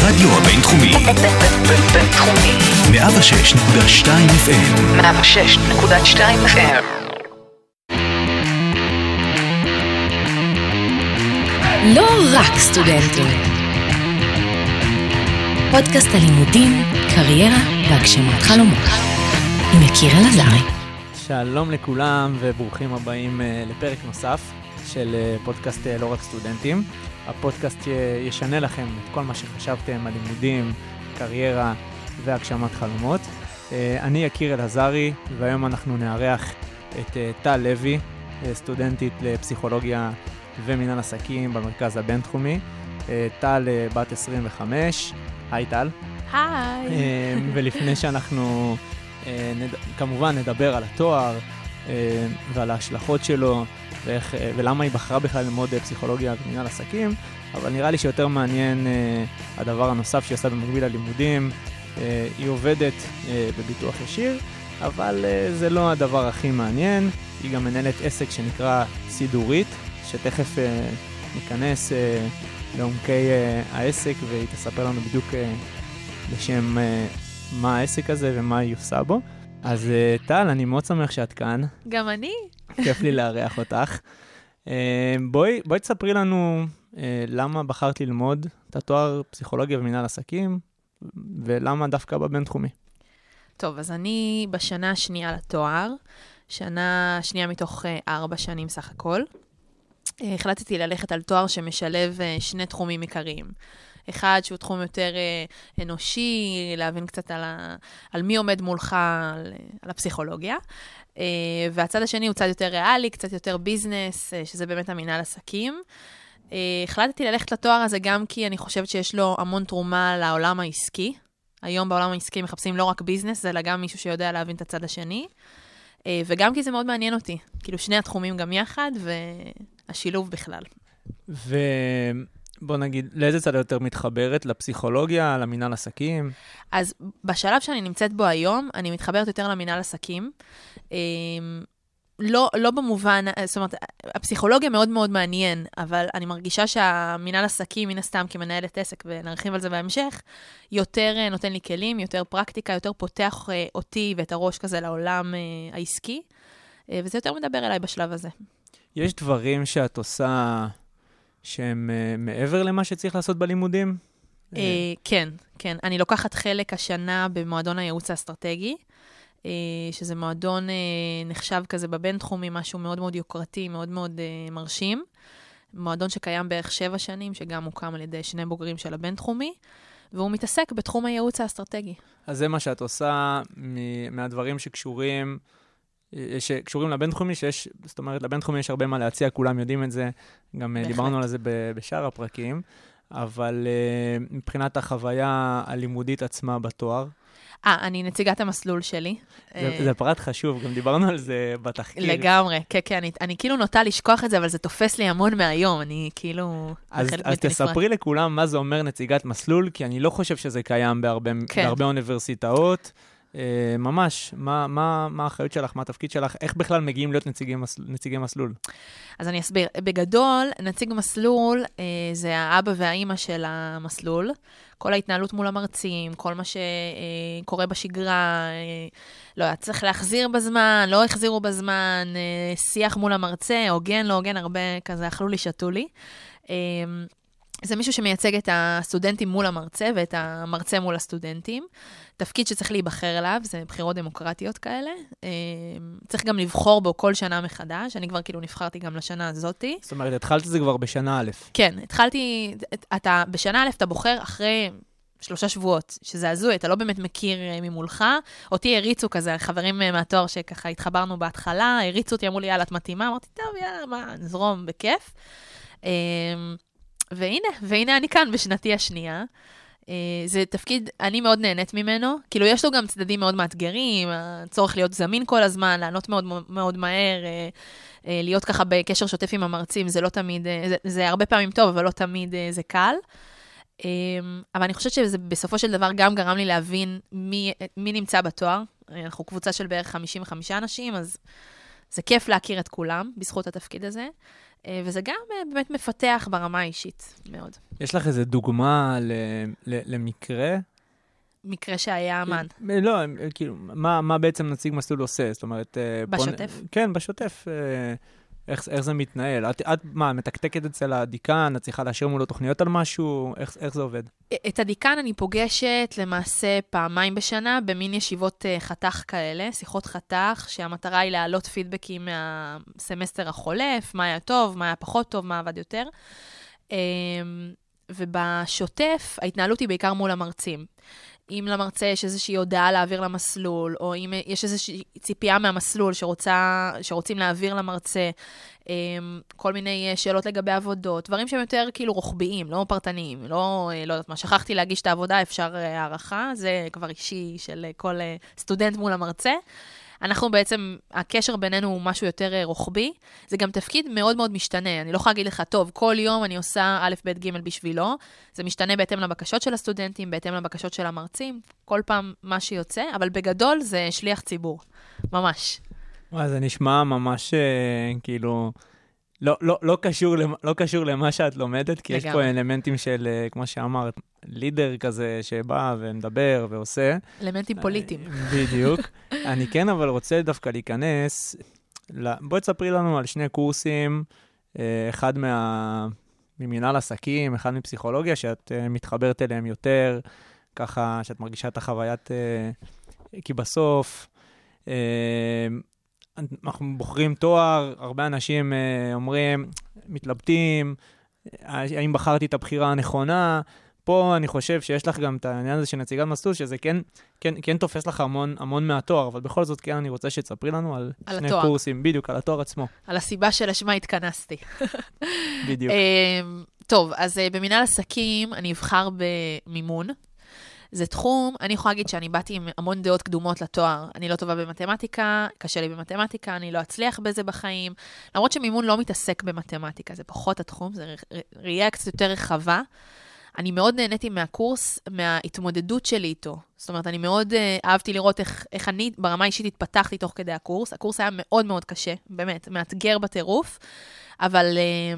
הרדיו הבינתחומי. בינתחומי. 106.2 FM. 106.2 FM. לא רק סטודנטים. פודקאסט הלימודים, קריירה והגשמת חלומות. עם יקיר אלעזרי. שלום לכולם וברוכים הבאים לפרק נוסף של פודקאסט לא רק סטודנטים. הפודקאסט שישנה לכם את כל מה שחשבתם על לימודים, קריירה והגשמת חלומות. אני יקיר אלעזרי, והיום אנחנו נארח את טל לוי, סטודנטית לפסיכולוגיה ומנהל עסקים במרכז הבינתחומי. טל בת 25. היי טל. היי. ולפני שאנחנו כמובן נדבר על התואר ועל ההשלכות שלו ולמה היא בחרה בכלל ללמוד פסיכולוגיה ומנהל עסקים, אבל נראה לי שיותר מעניין הדבר הנוסף שהיא עושה במקביל ללימודים. היא עובדת בביטוח ישיר, אבל זה לא הדבר הכי מעניין. היא גם מנהלת עסק שנקרא סידורית, שתכף ניכנס לעומקי העסק והיא תספר לנו בדיוק לשם מה העסק הזה ומה היא עושה בו. אז טל, אני מאוד שמח שאת כאן. גם אני. כיף לי לארח אותך. בואי תספרי לנו למה בחרת ללמוד את התואר פסיכולוגיה ומנהל עסקים, ולמה דווקא בבינתחומי. טוב, אז אני בשנה השנייה לתואר, שנה שנייה מתוך 4 שנים סך הכל. החלטתי ללכת על תואר שמשלב 2 תחומים עיקריים. אחד שהוא תחום יותר אנושי, להבין קצת על מי עומד מולך, על הפסיכולוגיה. והצד השני הוא צד יותר ריאלי, קצת יותר ביזנס, שזה באמת המנהל עסקים. החלטתי ללכת לתואר הזה גם כי אני חושבת שיש לו המון תרומה לעולם העסקי. היום בעולם העסקי מחפשים לא רק ביזנס, אלא גם מישהו שיודע להבין את הצד השני. וגם כי זה מאוד מעניין אותי. כאילו 2 התחומים גם יחד, והשילוב בכלל. בוא נגיד, לאיזה צד יותר מתחברת? לפסיכולוגיה, למנהל עסקים? אז בשלב שאני נמצאת בו היום, אני מתחברת יותר למנהל עסקים. לא במובן, זאת אומרת, הפסיכולוגיה מאוד מאוד מעניין, אבל אני מרגישה שהמנהל עסקים, מן הסתם כמנהלת עסק, ונרחיב על זה בהמשך, יותר נותן לי כלים, יותר פרקטיקה, יותר פותח אותי ואת הראש כזה לעולם העסקי, וזה יותר מדבר אליי בשלב הזה. יש דברים שאת עושה שהם מעבר למה שצריך לעשות בלימודים? כן. אני לוקחת חלק השנה במועדון הייעוץ האסטרטגי, שזה מועדון נחשב כזה בבינתחומי, משהו מאוד מאוד יוקרתי, מאוד מאוד מרשים. מועדון שקיים בערך 7 שנים, שגם הוקם על ידי 2 בוגרים של הבינתחומי, והוא מתעסק בתחום הייעוץ האסטרטגי. אז זה מה שאת עושה מהדברים שקשורים לבינתחומי, זאת אומרת, לבינתחומי יש הרבה מה להציע, כולם יודעים את זה, גם דיברנו על זה בשאר הפרקים, אבל מבחינת החוויה הלימודית עצמה בתואר, אני נציגת המסלול שלי. זה פרט חשוב, גם דיברנו על זה בתחקיר. לגמרי, כן, אני כאילו נוטה לשכוח את זה, אבל זה תופס לי המון מהיום, אני כאילו... אז תספרי לכולם מה זה אומר נציגת מסלול, כי אני לא חושב שזה קיים בהרבה אוניברסיטאות. ממש, מה האחריות שלך, מה התפקיד שלך, איך בכלל מגיעים להיות נציגי מסלול? אז אני אסביר. בגדול, נציג מסלול זה האבא והאימא של המסלול. כל ההתנהלות מול המרצים, כל מה שקורה בשגרה, לא, צריך להחזיר בזמן, לא החזירו בזמן, שיח מול המרצה, הוגן, לא הוגן, הרבה כזה אכלו לי, שתו לי. זה מישהו שמייצג את הסטודנטים מול המרצה, ואת המרצה מול הסטודנטים. תפקיד שצריך להיבחר אליו, זה בחירות דמוקרטיות כאלה. צריך גם לבחור בו כל שנה מחדש. אני כבר כאילו נבחרתי גם לשנה הזאת. זאת אומרת, התחלת את זה כבר בשנה א'. כן, התחלתי, בשנה א' אתה בוחר אחרי 3 שבועות, שזה הזוי, אתה לא באמת מכיר ממולך. אותי הריצו כזה, חברים מהתואר שככה התחברנו בהתחלה, הריצו אותי, אמרו לי, יאללה, את מתאימה? אמרתי, טוב, יאללה, מה, נזרום בכיף. והנה אני כאן בשנתי השנייה. זה תפקיד, אני מאוד נהנית ממנו. כאילו, יש לו גם צדדים מאוד מאתגרים, הצורך להיות זמין כל הזמן, לענות מאוד מאוד מהר, להיות ככה בקשר שוטף עם המרצים, זה לא תמיד, זה הרבה פעמים טוב, אבל לא תמיד זה קל. אבל אני חושבת שזה בסופו של דבר גם גרם לי להבין מי נמצא בתואר. אנחנו קבוצה של בערך 55 אנשים, אז זה כיף להכיר את כולם בזכות התפקיד הזה. וזה גם באמת מפתח ברמה האישית מאוד. יש לך איזו דוגמה למקרה? מקרה שהיה אמן. לא, כאילו, מה בעצם נציג מסלול עושה? זאת אומרת... בשוטף? כן, בשוטף. איך זה מתנהל? את מה, מתקתקת אצל הדיקן? את צריכה להשאיר מולו תוכניות על משהו? איך זה עובד? את הדיקן אני פוגשת למעשה פעמיים בשנה, במין ישיבות חתך כאלה, שיחות חתך, שהמטרה היא להעלות פידבקים מהסמסטר החולף, מה היה טוב, מה היה פחות טוב, מה עבד יותר. ובשוטף, ההתנהלות היא בעיקר מול המרצים. אם למרצה יש איזושהי הודעה להעביר למסלול, או אם יש איזושהי ציפייה מהמסלול שרוצים להעביר למרצה, כל מיני שאלות לגבי עבודות, דברים שהם יותר כאילו רוחביים, לא פרטניים, לא יודעת מה, שכחתי להגיש את העבודה, אפשר הערכה, זה כבר אישי של כל סטודנט מול המרצה. אנחנו בעצם, הקשר בינינו הוא משהו יותר רוחבי, זה גם תפקיד מאוד מאוד משתנה, אני לא יכולה להגיד לך, טוב, כל יום אני עושה א', ב', ג' בשבילו, זה משתנה בהתאם לבקשות של הסטודנטים, בהתאם לבקשות של המרצים, כל פעם מה שיוצא, אבל בגדול זה שליח ציבור, ממש. זה נשמע ממש כאילו, לא קשור למה שאת לומדת, כי יש פה אלמנטים של, כמו שאמרת, לידר כזה שבא ומדבר ועושה. אלמנטים פוליטיים. בדיוק. אני כן אבל רוצה דווקא להיכנס, בואי תספרי לנו על שני קורסים, אחד ממינהל עסקים, אחד מפסיכולוגיה, שאת מתחברת אליהם יותר, ככה שאת מרגישה את החוויית, כי בסוף, אנחנו בוחרים תואר, הרבה אנשים אומרים, מתלבטים, האם בחרתי את הבחירה הנכונה, פה אני חושב שיש לך גם את העניין הזה של נציגת מסלול, שזה כן תופס לך המון מהתואר, אבל בכל זאת כן אני רוצה שתספרי לנו על שני קורסים, בדיוק, על התואר עצמו. על הסיבה שלשמה התכנסתי. בדיוק. טוב, אז במינהל עסקים אני אבחר במימון. זה תחום, אני יכולה להגיד שאני באתי עם המון דעות קדומות לתואר. אני לא טובה במתמטיקה, קשה לי במתמטיקה, אני לא אצליח בזה בחיים. למרות שמימון לא מתעסק במתמטיקה, זה פחות התחום, זה ראייה קצת יותר רחבה. אני מאוד נהניתי מהקורס, מההתמודדות שלי איתו. זאת אומרת, אני מאוד אהבתי לראות איך אני ברמה אישית התפתחתי תוך כדי הקורס. הקורס היה מאוד מאוד קשה, באמת, מאתגר בטירוף, אבל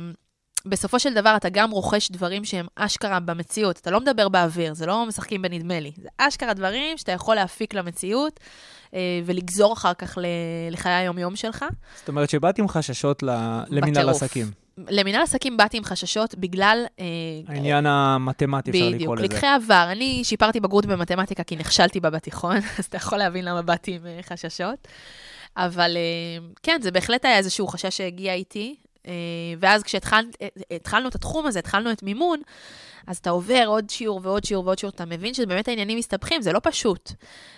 בסופו של דבר אתה גם רוכש דברים שהם אשכרה במציאות. אתה לא מדבר באוויר, זה לא משחקים בנדמה לי. זה אשכרה דברים שאתה יכול להפיק למציאות, ולגזור אחר כך לחיי היום-יום שלך. זאת אומרת שבאתי עם חששות למינהל עסקים. למינהל עסקים באתי עם חששות בגלל... העניין המתמטי אפשר לקרוא לזה. בדיוק, לקחי עבר. אני שיפרתי בגרות במתמטיקה כי נכשלתי בה בתיכון, אז אתה יכול להבין למה באתי עם חששות. אבל כן, זה בהחלט היה איזשהו חשש שהגיע איתי, ואז כשהתחלנו את התחום הזה, התחלנו את מימון, אז אתה עובר עוד שיעור ועוד שיעור ועוד שיעור, אתה מבין שבאמת העניינים מסתבכים, זה לא פשוט.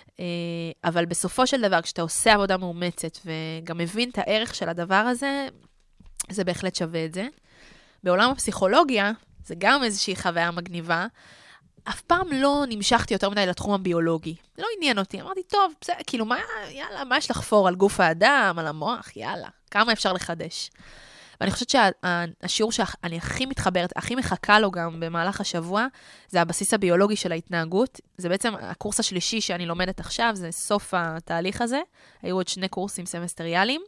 אבל בסופו של דבר, כשאתה עושה עבודה מאומצת, וגם מבין את הערך של הדבר הזה, זה בהחלט שווה את זה. בעולם הפסיכולוגיה, זה גם איזושהי חוויה מגניבה, אף פעם לא נמשכתי יותר מדי לתחום הביולוגי. זה לא עניין אותי. אמרתי, טוב, בסדר, כאילו, יאללה, מה יש לחפור על גוף האדם, על המוח, יאללה, כמה אפשר לחדש. ואני חושבת שהשיעור שאני הכי מתחברת, הכי מחכה לו גם במהלך השבוע, זה הבסיס הביולוגי של ההתנהגות. זה בעצם הקורס השלישי שאני לומדת עכשיו, זה סוף התהליך הזה. היו עוד 2 קורסים סמסטריאליים.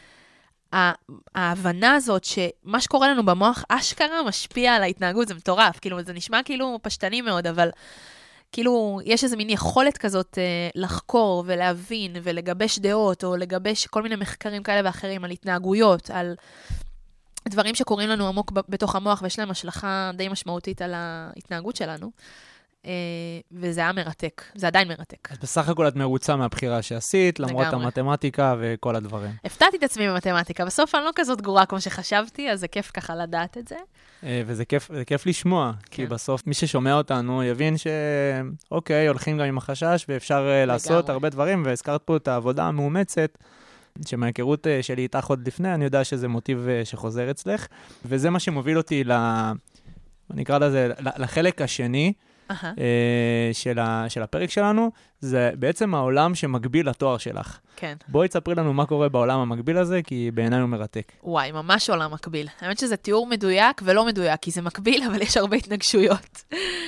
ההבנה הזאת שמה שקורה לנו במוח אשכרה משפיע על ההתנהגות, זה מטורף. כאילו, זה נשמע כאילו פשטני מאוד, אבל כאילו יש איזו מין יכולת כזאת לחקור ולהבין ולגבש דעות, או לגבש כל מיני מחקרים כאלה ואחרים על התנהגויות, על דברים שקורים לנו עמוק בתוך המוח, ויש להם השלכה די משמעותית על ההתנהגות שלנו. וזה היה מרתק, זה עדיין מרתק. אז בסך הכל את מרוצה מהבחירה שעשית, למרות המתמטיקה וכל הדברים. הפתעתי את עצמי במתמטיקה, בסוף אני לא כזאת גרועה כמו שחשבתי, אז זה כיף ככה לדעת את זה. וזה כיף לשמוע, כי בסוף מי ששומע אותנו יבין שאוקיי, הולכים גם עם החשש, ואפשר לעשות הרבה דברים, והזכרת פה את העבודה המאומצת, שמההיכרות שלי איתך עוד לפני, אני יודע שזה מוטיב שחוזר אצלך, וזה מה שמוביל אותי נקרא לזה, לחלק השני, של הפרק שלנו, זה בעצם העולם שמקביל לתואר שלך. כן. בואי תספרי לנו מה קורה בעולם המקביל הזה, כי בעיניי הוא מרתק. וואי, ממש עולם מקביל. האמת שזה תיאור מדויק ולא מדויק, כי זה מקביל, אבל יש הרבה התנגשויות.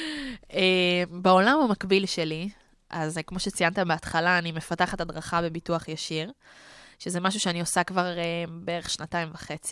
בעולם המקביל שלי, אז כמו שציינת בהתחלה, אני מפתחת הדרכה בביטוח ישיר, שזה משהו שאני עושה כבר בערך 2.5.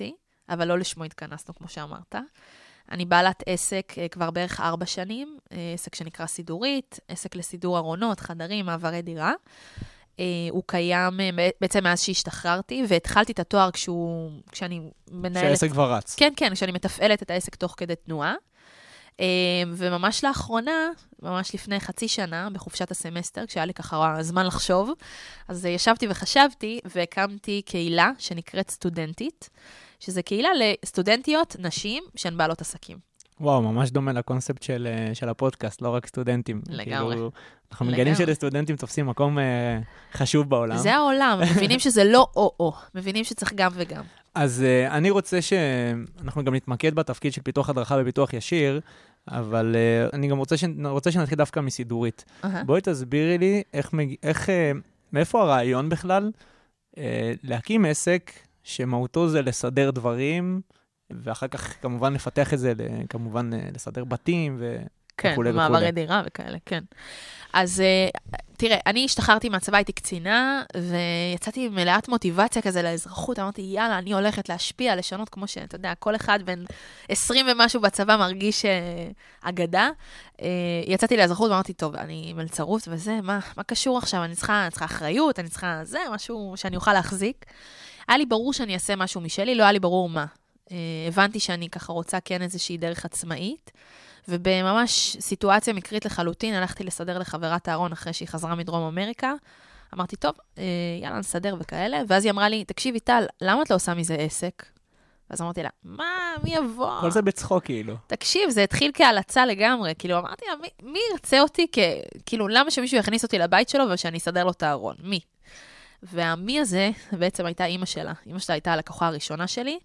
אבל לא לשמו התכנסנו, כמו שאמרת. אני בעלת עסק כבר בערך 4 שנים, עסק שנקרא סידורית, עסק לסידור ארונות, חדרים, מעברי דירה. הוא קיים בעצם מאז שהשתחררתי, והתחלתי את התואר כשאני מנהלת... שהעסק כבר רץ. כן, כן, כשאני מתפעלת את העסק תוך כדי תנועה. וממש לאחרונה, ממש לפני חצי שנה, בחופשת הסמסטר, כשהיה לי ככה זמן לחשוב, אז ישבתי וחשבתי, והקמתי קהילה שנקראת סטודנטית, שזה קהילה לסטודנטיות, נשים, שהן בעלות עסקים. וואו, ממש דומה לקונספט של הפודקאסט, לא רק סטודנטים. לגמרי. כאילו, אנחנו מגלים שלסטודנטים תופסים מקום חשוב בעולם. זה העולם, מבינים שזה לא או-או, מבינים שצריך גם וגם. אז אני רוצה שאנחנו גם נתמקד בתפקיד של פיתוח הדרכה ופיתוח ישיר, אבל אני גם רוצה שנתחיל דווקא מסידורית. בואי תסבירי לי מאיפה הרעיון בכלל להקים עסק שמהותו זה לסדר דברים, ואחר כך כמובן לפתח את זה, כמובן לסדר בתים וכו'. כן, מעברי דירה וכאלה, כן. אז תראה, אני השתחררתי מהצבא, הייתי קצינה, ויצאתי מלאת מוטיבציה כזה לאזרחות, אמרתי, יאללה, אני הולכת להשפיע, לשנות כמו שאתה יודע, כל אחד בין 20 ומשהו בצבא מרגיש אגדה. יצאתי לאזרחות ואמרתי, טוב, אני מלצרות וזה, מה קשור עכשיו? אני צריכה אחריות, אני צריכה זה, משהו שאני אוכל להחזיק. היה לי ברור שאני אעשה משהו משלי, לא היה לי ברור מה. הבנתי שאני ככה רוצה כן איזושהי דרך עצמאית, ובממש סיטואציה מקרית לחלוטין, הלכתי לסדר לחברת הארון אחרי שהיא חזרה מדרום אמריקה, אמרתי, טוב, יאללה, נסדר וכאלה, ואז היא אמרה לי, תקשיבי טל, למה את לא עושה מזה עסק? ואז אמרתי לה, מה, מי יבוא? כל זה בצחוק כאילו. תקשיב, זה התחיל כהלצה לגמרי, כאילו אמרתי לה, מי ירצה אותי, כאילו למה שמישהו יכניס אותי לבית שלו ושאני אסדר לו את הארון? מי? והמי הזה בעצם הייתה אימא שלה. אימא שלה הייתה הלקוחה הראשונה שלי,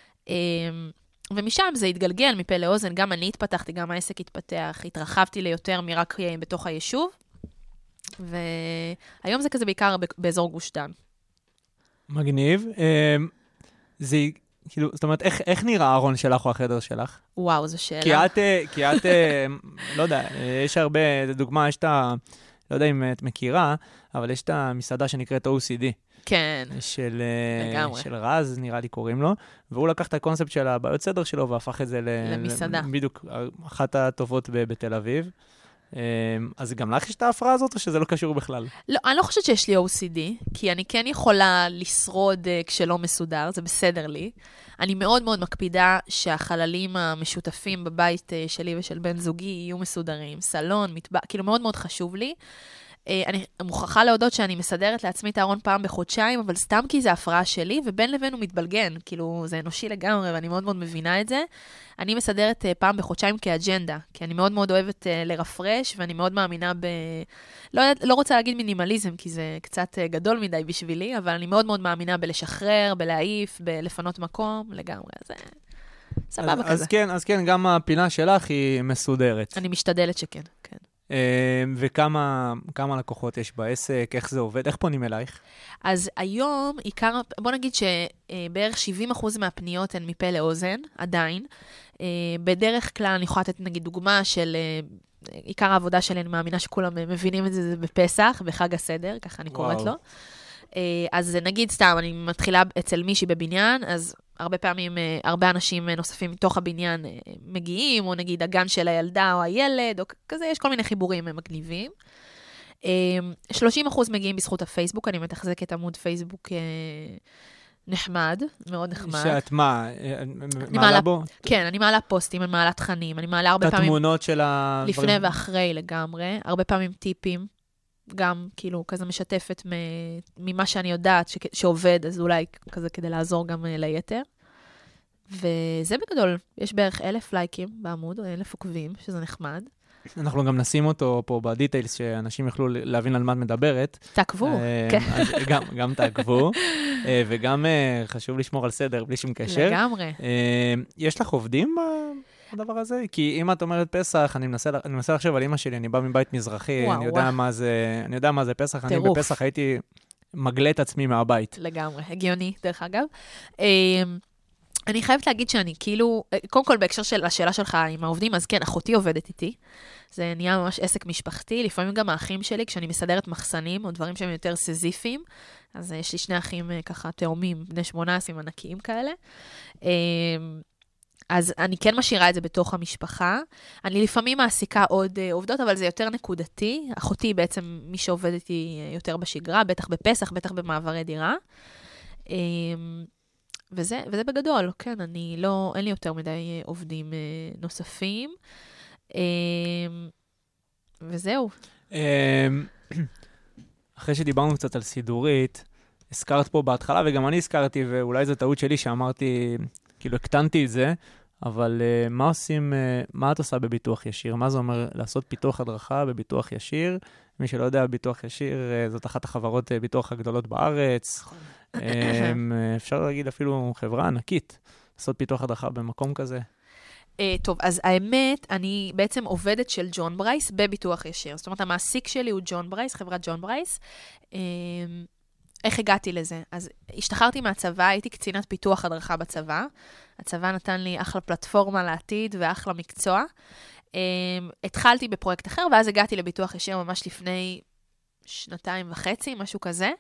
ומשם זה התגלגל מפה לאוזן, גם אני התפתחתי, גם העסק התפתח, התרחבתי ליותר מרק בתוך היישוב, והיום זה כזה בעיקר באזור גוש דן. מגניב. זה, כאילו, זאת אומרת, איך נראה הארון שלך או החדר שלך? וואו, זו שאלה. כי את, לא יודע, יש הרבה, דוגמה, יש את ה... לא יודע אם את מכירה, אבל יש את המסעדה שנקראת OCD. כן, לגמרי. של רז, נראה לי קוראים לו, והוא לקח את הקונספט של הבעיות סדר שלו, והפך את זה למסעדה. בדיוק, אחת הטובות בתל אביב. אז גם לך יש את ההפרעה הזאת, או שזה לא קשור בכלל? לא, אני לא חושבת שיש לי OCD, כי אני כן יכולה לשרוד כשלא מסודר, זה בסדר לי. אני מאוד מאוד מקפידה שהחללים המשותפים בבית שלי ושל בן זוגי יהיו מסודרים, סלון, מטבח, כאילו מאוד מאוד חשוב לי. אני מוכרחה להודות שאני מסדרת לעצמי את הארון פעם בחודשיים, אבל סתם כי זה הפרעה שלי, ובין לבין הוא מתבלגן, כאילו זה אנושי לגמרי, ואני מאוד מאוד מבינה את זה. אני מסדרת פעם בחודשיים כאג'נדה, כי אני מאוד מאוד אוהבת לרפרש, ואני מאוד מאמינה לא רוצה להגיד מינימליזם, כי זה קצת גדול מדי בשבילי, אבל אני מאוד מאוד מאמינה בלשחרר, בלהעיף, בלפנות מקום, לגמרי. זה סבבה כזה. אז כן, גם הפינה שלך היא מסודרת. אני משתדלת שכן, כן. וכמה לקוחות יש בעסק, איך זה עובד, איך פונים אלייך? אז היום, בוא נגיד שבערך 70% מהפניות הן מפה לאוזן, עדיין. בדרך כלל אני יכולה לתת נגיד דוגמה של עיקר העבודה שלי, אני מאמינה שכולם מבינים את זה בפסח, בחג הסדר, ככה אני קוראת לו. אז נגיד סתם, אני מתחילה אצל מישהי בבניין, אז הרבה פעמים, הרבה אנשים נוספים מתוך הבניין מגיעים, או נגיד הגן של הילדה או הילד, או כזה, יש כל מיני חיבורים מגניבים. 30% מגיעים בזכות הפייסבוק, אני מתחזקת עמוד פייסבוק נחמד, מאוד נחמד. שאת מה? מעלה בו? כן, אני מעלה פוסטים, אני מעלה תכנים, אני מעלה הרבה פעמים... התמונות של הדברים? לפני ואחרי לגמרי, הרבה פעמים טיפים, גם כאילו כזה משתפת ממה שאני יודעת שעובד, אז אולי כזה כדי לעזור גם ליתר. וזה בגדול, יש בערך 1,000 לייקים בעמוד, או 1,000 עוקבים, שזה נחמד. אנחנו גם נשים אותו פה בדיטיילס, שאנשים יוכלו להבין על מה את מדברת. תעקבו, כן. גם תעקבו, וגם חשוב לשמור על סדר בלי שום קשר. לגמרי. יש לך עובדים בדבר הזה? כי אם את אומרת פסח, אני מנסה לחשוב על אמא שלי, אני בא מבית מזרחי, אני יודע מה זה פסח, אני בפסח הייתי מגלה את עצמי מהבית. לגמרי, הגיוני, דרך אגב. אני חייבת להגיד שאני כאילו, קודם כל בהקשר של השאלה שלך עם העובדים, אז כן, אחותי עובדת איתי. זה נהיה ממש עסק משפחתי, לפעמים גם האחים שלי, כשאני מסדרת מחסנים, או דברים שהם יותר סזיפיים, אז יש לי שני אחים ככה תאומים, בני 18 ענקיים כאלה. אז אני כן משאירה את זה בתוך המשפחה. אני לפעמים מעסיקה עוד עובדות, אבל זה יותר נקודתי. אחותי היא בעצם מי שעובדת איתי יותר בשגרה, בטח בפסח, בטח במעברי דירה. וזה בגדול, כן, אין לי יותר מדי עובדים נוספים. וזהו. אחרי שדיברנו קצת על סידורית, הזכרת פה בהתחלה, וגם אני הזכרתי, ואולי זו טעות שלי שאמרתי, כאילו הקטנתי את זה, אבל מה עושים, מה את עושה בביטוח ישיר? מה זה אומר לעשות פיתוח הדרכה בביטוח ישיר? מי שלא יודע, ביטוח ישיר זאת אחת החברות ביטוח הגדולות בארץ. אפשר להגיד אפילו חברה ענקית, לעשות פיתוח הדרכה במקום כזה. טוב, אז האמת, אני בעצם עובדת של ג'ון ברייס בביטוח ישיר. זאת אומרת, המעסיק שלי הוא ג'ון ברייס, חברת ג'ון ברייס. איך הגעתי לזה? אז השתחררתי מהצבא, הייתי קצינת פיתוח הדרכה בצבא. הצבא נתן לי אחלה פלטפורמה לעתיד ואחלה מקצוע. התחלתי בפרויקט אחר, ואז הגעתי לביטוח ישיר ממש לפני 2.5, משהו כזה.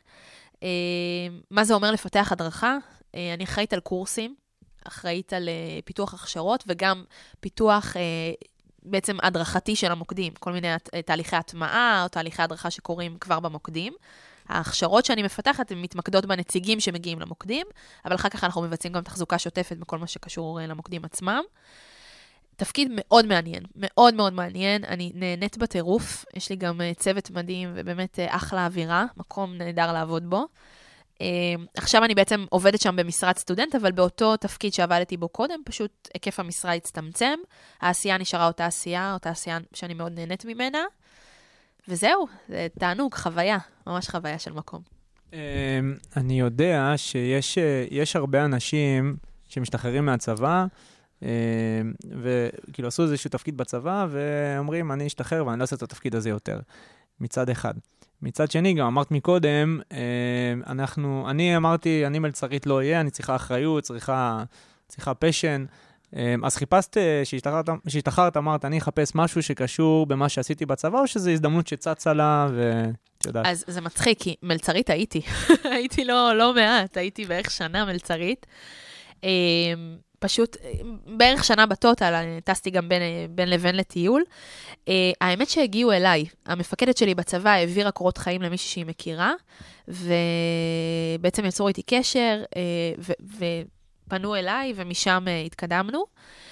מה זה אומר לפתח הדרכה? אני אחראית על קורסים, אחראית על פיתוח הכשרות, וגם פיתוח בעצם הדרכתי של המוקדים, כל מיני תהליכי הטמעה, או תהליכי הדרכה שקורים כבר במוקדים. ההכשרות שאני מפתחת, הן מתמקדות בנציגים שמגיעים למוקדים, אבל אחר כך אנחנו מבצעים גם תחזוקה שוטפת בכל מה שקשור למוקדים עצמם. תפקיד מאוד מעניין, מאוד מאוד מעניין, אני נהנית בטירוף, יש לי גם צוות מדהים ובאמת אחלה אווירה, מקום נהדר לעבוד בו. עכשיו אני בעצם עובדת שם במשרד סטודנט, אבל באותו תפקיד שעבדתי בו קודם, פשוט היקף המשרה הצטמצם, העשייה נשארה אותה עשייה שאני מאוד נהנית ממנה, וזהו, זה תענוג, חוויה, ממש חוויה של מקום. אני יודע שיש הרבה אנשים שמשתחררים מהצבא, וכאילו עשו איזשהו תפקיד בצבא, ואומרים, אני אשתחרר ואני לא אעשה את התפקיד הזה יותר, מצד אחד. מצד שני, גם אמרת מקודם, אני אמרתי, אני מלצרית לא אהיה, אני צריכה אחריות, צריכה פשן, אז חיפשת, שהשתחררת, אמרת, אני אחפש משהו שקשור במה שעשיתי בצבא, או שזו הזדמנות שצצה לה, ואת יודעת. אז זה מצחיק, כי מלצרית הייתי. הייתי לא מעט, הייתי בערך שנה מלצרית. פשוט בערך שנה בטוטל, טסתי גם בין לבין לטיול. האמת שהגיעו אליי, המפקדת שלי בצבא העבירה קורות חיים למישהי שהיא מכירה, ובעצם יצרו איתי קשר, ופנו אליי, ומשם התקדמנו.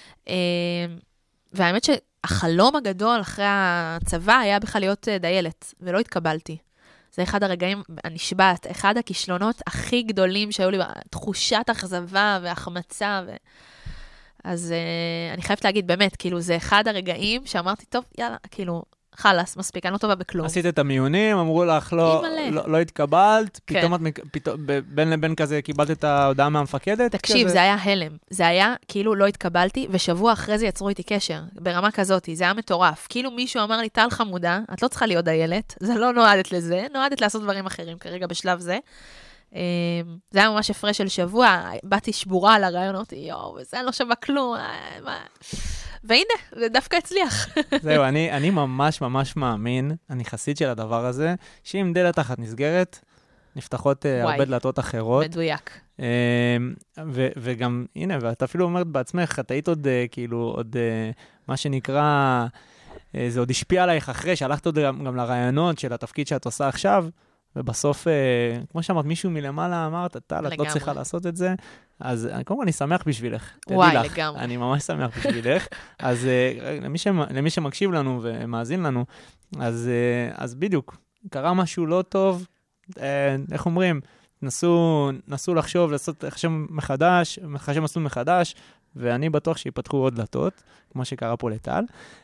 והאמת שהחלום הגדול אחרי הצבא היה בכלל להיות דיילת, ולא התקבלתי. זה אחד הרגעים, הנשבעת, אחד הכישלונות הכי גדולים שהיו לי, תחושת אכזבה והחמצה. אז אני חייבת להגיד, באמת, כאילו, זה אחד הרגעים שאמרתי, טוב, יאללה, כאילו, חלס, מספיק, אני לא טובה בכלום. עשית את המיונים, אמרו לך, לא התקבלת, פתאום בין לבין כזה קיבלת את ההודעה מהמפקדת? תקשיב, זה היה הלם. זה היה, כאילו, לא התקבלתי, ושבוע אחרי זה יצרו איתי קשר, ברמה כזאת, זה היה מטורף. כאילו מישהו אמר לי, טל חמודה, את לא צריכה להיות דיילת, זה לא נועדת לזה, נועדת לעשות דברים אחרים כרגע בשלב זה. זה היה ממש הפרש של שבוע, באתי שבורה על הרעיונות, וזה לא שווה כלום, והנה, זה דווקא הצליח. זהו, אני ממש ממש מאמין, אני חסיד של הדבר הזה, שאם דלת אחת נסגרת, נפתחות הרבה דלתות אחרות. מדויק. וגם, הנה, ואת אפילו אומרת בעצמך, את היית עוד, כאילו, עוד, מה שנקרא, זה עוד השפיע עלייך אחרי, שהלכת עוד גם לרעיונות של התפקיד שאת עושה עכשיו, ובסוף, כמו שאמרת, מישהו מלמעלה אמרת, טל, את לא צריכה לעשות את זה, אז קודם כל אני שמח בשבילך. וואי, לגמרי. אני ממש שמח בשבילך. אז למי שמקשיב לנו ומאזין לנו, אז בדיוק, קרה משהו לא טוב, איך אומרים, נסו לחשוב, לעשות חשב מסלול מחדש, ואני בטוח שיפתחו עוד דלתות, כמו שקרה פה לטל.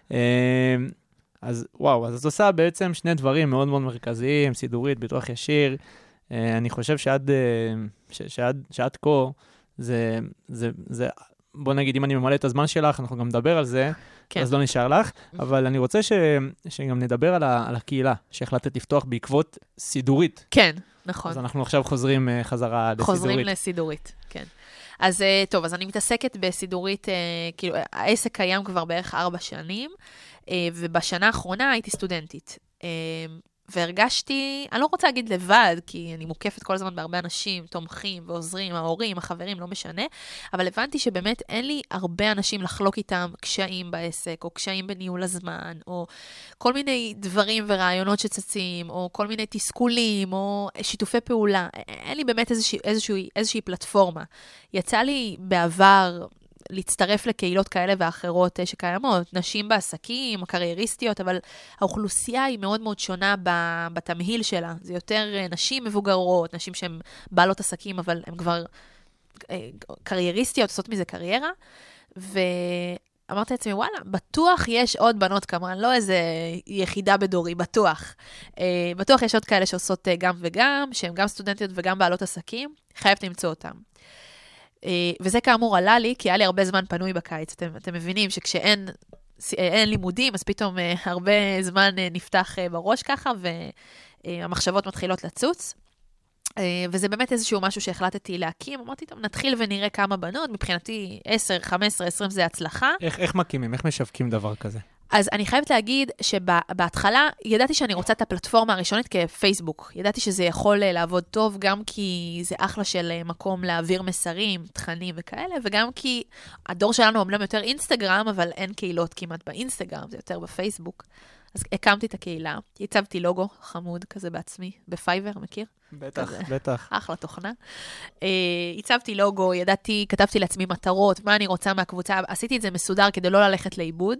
אז וואו, אז את עושה בעצם שני דברים מאוד מאוד מרכזיים, סידורית, ביטוח ישיר. אני חושב שעד כה, זה, בוא נגיד, אם אני ממלא את הזמן שלך, אנחנו גם נדבר על זה, כן. אז לא נשאר לך, אבל אני רוצה שגם נדבר על הקהילה, שהחלטת לפתוח בעקבות סידורית. כן, נכון. אז אנחנו עכשיו חוזרים חזרה לסידורית. חוזרים לסידורית, כן. אז טוב, אז אני מתעסקת בסידורית, כאילו, העסק קיים כבר בערך 4 שנים, ובשנה האחרונה הייתי סטודנטית. והרגשתי, אני לא רוצה להגיד לבד, כי אני מוקפת כל הזמן בהרבה אנשים, תומכים ועוזרים, ההורים, החברים, לא משנה, אבל הבנתי שבאמת אין לי הרבה אנשים לחלוק איתם קשיים בעסק, או קשיים בניהול הזמן, או כל מיני דברים ורעיונות שצצים, או כל מיני תסכולים, או שיתופי פעולה. אין לי באמת איזושהי פלטפורמה. יצא לי בעבר להצטרף לקהילות כאלה ואחרות שקיימות, נשים בעסקים, קרייריסטיות, אבל האוכלוסייה היא מאוד מאוד שונה בתמהיל שלה. זה יותר נשים מבוגרות, נשים שהן בעלות עסקים, אבל הן כבר קרייריסטיות, עושות מזה קריירה, ואמרתי לעצמי, וואלה, בטוח יש עוד בנות כמובן, לא איזה יחידה בדורי, בטוח. בטוח יש עוד כאלה שעושות גם וגם, שהן גם סטודנטיות וגם בעלות עסקים, חייבת למצוא אותם. וזה כאמור עלה לי, כי היה לי הרבה זמן פנוי בקיץ. אתם מבינים שכשאין לימודים, אז פתאום הרבה זמן נפתח בראש ככה, והמחשבות מתחילות לצוץ. וזה באמת איזשהו משהו שהחלטתי להקים. אמרתי, טוב, נתחיל ונראה כמה בנות. מבחינתי 10, 15, 20 זה הצלחה. איך מקימים? איך משווקים דבר כזה? אז אני חייבת להגיד שבהתחלה ידעתי שאני רוצה את הפלטפורמה הראשונית כפייסבוק. ידעתי שזה יכול לעבוד טוב, גם כי זה אחלה של מקום להעביר מסרים, תכנים וכאלה, וגם כי הדור שלנו אומנם יותר אינסטגרם, אבל אין קהילות כמעט באינסטגרם, זה יותר בפייסבוק. אז הקמתי את הקהילה, הצבתי לוגו חמוד כזה בעצמי, בפייבר, מכיר? בטח, בטח. אחלה תוכנה. הצבתי לוגו, כתבתי לעצמי מטרות, מה אני רוצה מהקבוצה, עשיתי את זה מסודר כדי לא ללכת לאיבוד.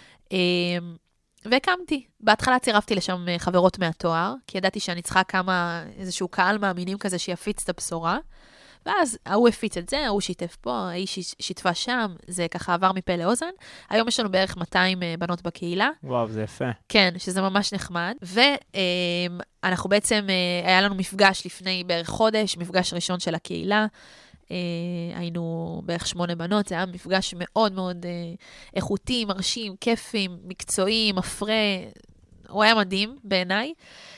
והקמתי. בהתחלה צירפתי לשם חברות מהתואר, כי ידעתי שאני צריכה איזשהו קהל מאמינים כזה שיפיץ את הבשורה, ואז ההוא הפיץ את זה, ההוא שיתף פה, ההיא שיתפה שם, זה ככה עבר מפה לאוזן. היום יש לנו בערך 200 בנות בקהילה. וואו, זה יפה. כן, שזה ממש נחמד. ואנחנו בעצם, היה לנו מפגש לפני בערך חודש, מפגש ראשון של הקהילה, היינו בערך 8 בנות, זה היה מפגש מאוד מאוד איכותי, מרשים, כיפים, מקצועי, מפרה, הוא היה מדהים בעיניי.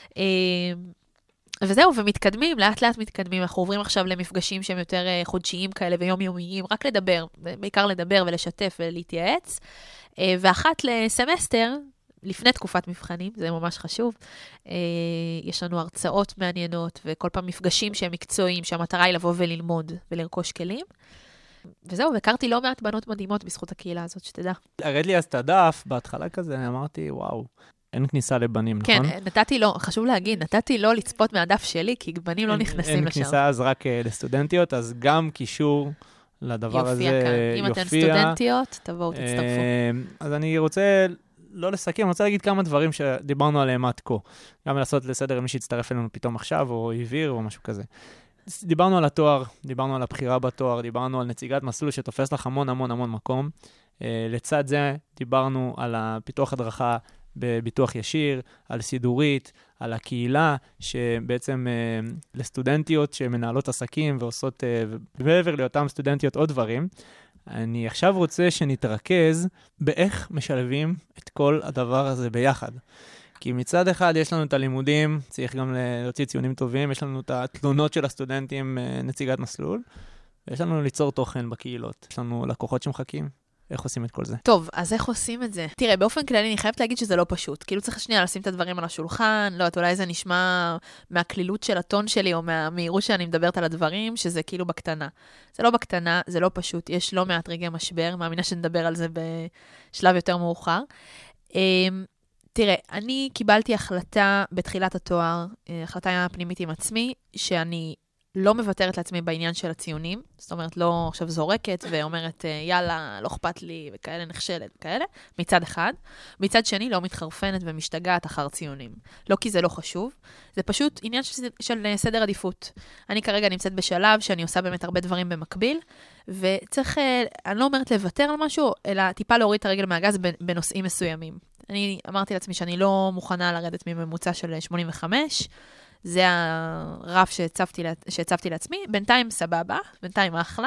וזהו, ומתקדמים, לאט לאט מתקדמים, אנחנו עוברים עכשיו למפגשים שהם יותר חודשיים כאלה ויומיומיים, רק לדבר, בעיקר לדבר ולשתף ולהתייעץ, ואחת לסמסטר, לפני תקופת מבחנים, זה ממש חשוב, יש לנו הרצאות מעניינות, וכל פעם מפגשים שהם מקצועיים, שהמטרה היא לבוא וללמוד ולרכוש כלים. וזהו, והכרתי לא מעט בנות מדהימות בזכות הקהילה הזאת, שתדע. הרד לי אז את הדף, בהתחלה כזה, אמרתי, וואו, אין כניסה לבנים, נכון? כן, נתתי לו, חשוב להגיד, נתתי לו לצפות מהדף שלי, כי בנים לא נכנסים לשם. אין כניסה אז רק לסטודנטיות, אז גם קישור לדבר הזה יופיע. אם אתן סטודנטיות, תבואו, תצטרפו. אז אני רוצה לא לסכם, אני רוצה להגיד כמה דברים שדיברנו עליהם עד כה. גם לעשות לסדר עם מי שיצטרף אלינו פתאום עכשיו, או עביר, או משהו כזה. דיברנו על התואר, דיברנו על הבחירה בתואר, דיברנו על נציגת מסלול שתופס לך המון המון המון מקום. לצד זה דיברנו על הפיתוח הדרכה בביטוח ישיר, על סידורית, על הקהילה, שבעצם לסטודנטיות שמנהלות עסקים ועושות, ועבר לאותם סטודנטיות עוד דברים. אני עכשיו רוצה שנתרכז באיך משלבים את כל הדבר הזה ביחד. כי מצד אחד יש לנו את הלימודים, צריך גם להוציא ציונים טובים, יש לנו את התלונות של הסטודנטים, נציגת מסלול, ויש לנו ליצור תוכן בקהילות. יש לנו לקוחות שמחכים. איך עושים את כל זה? טוב, אז איך עושים את זה? תראה, באופן כללי אני חייבת להגיד שזה לא פשוט. כאילו צריך שנייה לשים את הדברים על השולחן, לא, אולי זה נשמע מהכלילות של הטון שלי, או מהמהירות שאני מדברת על הדברים, שזה כאילו בקטנה. זה לא בקטנה, זה לא פשוט, יש לא מעט רגעי משבר, מאמינה שנדבר על זה בשלב יותר מאוחר. תראה, אני קיבלתי החלטה בתחילת התואר, החלטה פנימית עם עצמי, שאני לא מוותרת לעצמי בעניין של הציונים, זאת אומרת, לא עכשיו זורקת ואומרת, יאללה, לא אכפת לי, וכאלה נכשלת, וכאלה, מצד אחד. מצד שני, לא מתחרפנת ומשתגעת אחר ציונים. לא כי זה לא חשוב, זה פשוט עניין של סדר עדיפות. אני כרגע נמצאת בשלב שאני עושה באמת הרבה דברים במקביל, וצריך, אני לא אומרת לוותר על משהו, אלא טיפה להוריד את הרגל מהגז בנושאים מסוימים. אני אמרתי לעצמי שאני לא מוכנה לרדת מממוצע של 85, זה הרף שהצבתי לעצמי. בינתיים סבבה, בינתיים אחלה.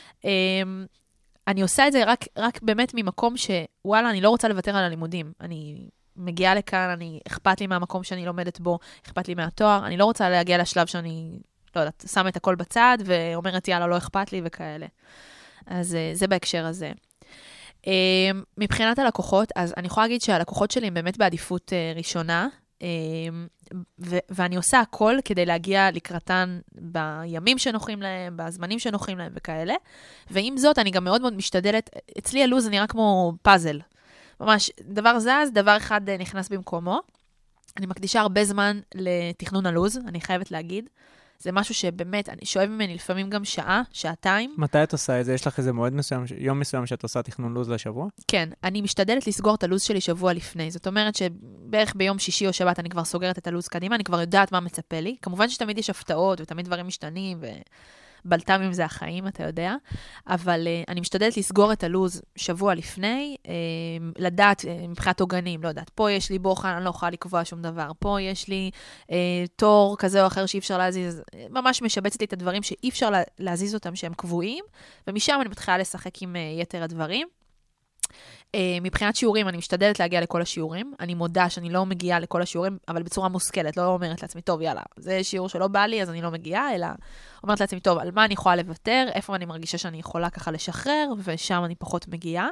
אני עושה את זה רק באמת ממקום שוואלה, אני לא רוצה לוותר על הלימודים. אני מגיעה לכאן, אכפת לי מהמקום שאני לומדת בו, אכפת לי מהתואר, אני לא רוצה להגיע לשלב שאני לא יודעת, שם את הכל בצד, ואומרת, יאללה, לא אכפת לי וכאלה. אז זה בהקשר הזה. מבחינת הלקוחות, אז אני יכולה להגיד שהלקוחות שלי הם באמת בעדיפות ראשונה, ואני עושה הכל כדי להגיע לקראתן בימים שנוחים להם, בזמנים שנוחים להם וכאלה. ועם זאת, אני גם מאוד מאוד משתדלת, אצלי הלוז נראה כמו פאזל. ממש, דבר זז, דבר אחד נכנס במקומו. אני מקדישה הרבה זמן לתכנון הלוז, אני חייבת להגיד. זה משהו שבאמת, אני שואב ממני לפעמים גם שעה, שעתיים. מתי את עושה את זה? יש לך איזה מועד מסוים, יום מסוים שאת עושה תכנון לוז לשבוע? כן, אני משתדלת לסגור את הלוז שלי שבוע לפני. זאת אומרת שבערך ביום שישי או שבת אני כבר סוגרת את הלוז קדימה, אני כבר יודעת מה מצפה לי. כמובן שתמיד יש הפתעות ותמיד דברים משתנים בלת"מים זה החיים, אתה יודע. אבל אני משתדלת לסגור את הלוז שבוע לפני, לדעת מבחינת עוגנים, לא יודעת. פה יש לי בוחן, אני לא יכולה לקבוע שום דבר. פה יש לי תור כזה או אחר שאי אפשר להזיז. ממש משבצת לי את הדברים שאי אפשר להזיז אותם שהם קבועים, ומשם אני מתחילה לשחק עם יתר הדברים. מבחינת שיעורים, אני משתדלת להגיע לכל השיעורים. אני מודה שאני לא מגיעה לכל השיעורים, אבל בצורה מושכלת, לא אומרת לעצמי, טוב, יאללה, זה שיעור שלא בא לי, אז אני לא מגיעה, אלא אומרת לעצמי, טוב, על מה אני יכולה לוותר, איפה אני מרגישה שאני יכולה ככה לשחרר, ושם אני פחות מגיעה.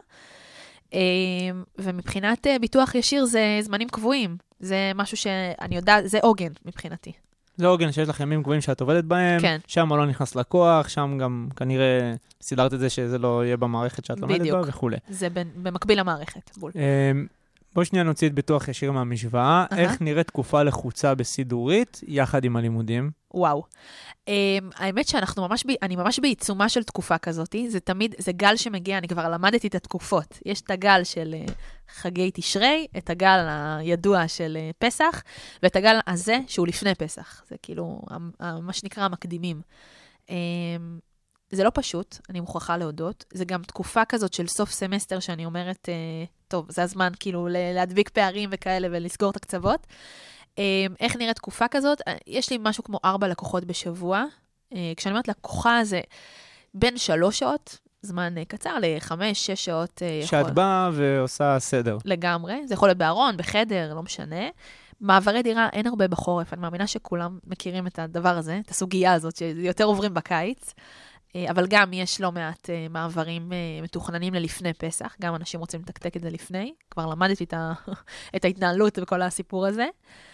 ומבחינת ביטוח ישיר, זה זמנים קבועים. זה משהו שאני יודעת, זה עוגן מבחינתי. זה עוגן שיש לך ימים קבועים שאת עובדת בהם, כן. שם לא נכנס לקוח, שם גם כנראה סידרת את זה שזה לא יהיה במערכת שאת לומדת בה וכו'. זה במקביל למערכת. בול. בוא שנייה נוציא את ביטוח ישיר מהמשוואה. איך נראית תקופה לחוצה בסידורית יחד עם הלימודים? וואו. האמת אני ממש בעיצומה של תקופה כזאת. זה תמיד, זה גל שמגיע, אני כבר למדתי את התקופות. יש את הגל של חגי תשרי, את הגל הידוע של פסח, ואת הגל הזה שהוא לפני פסח. זה כאילו, מה שנקרא המקדימים. זה לא פשוט, אני מוכרחה להודות. זה גם תקופה כזאת של סוף סמסטר שאני אומרת, טוב, זה הזמן כאילו להדביק פערים וכאלה ולסגור את הקצוות. איך נראית תקופה כזאת? יש לי משהו כמו 4 לקוחות בשבוע. כשאני אומרת לקוחה זה בין 3 שעות, זמן קצר, ל5-6 שעות. שאת באה ועושה סדר. לגמרי. זה יכול להיות בארון, בחדר, לא משנה. מעברי דירה אין הרבה בחורף. אני מאמינה שכולם מכירים את הדבר הזה, את הסוגיה הזאת, שיותר עוברים בקיץ. אבל גם יש לא מעט מעברים מתוכננים ללפני פסח. גם אנשים רוצים לתקתק את זה לפני. כבר למדתי את ההתנהלות וכל הסיפור הזה.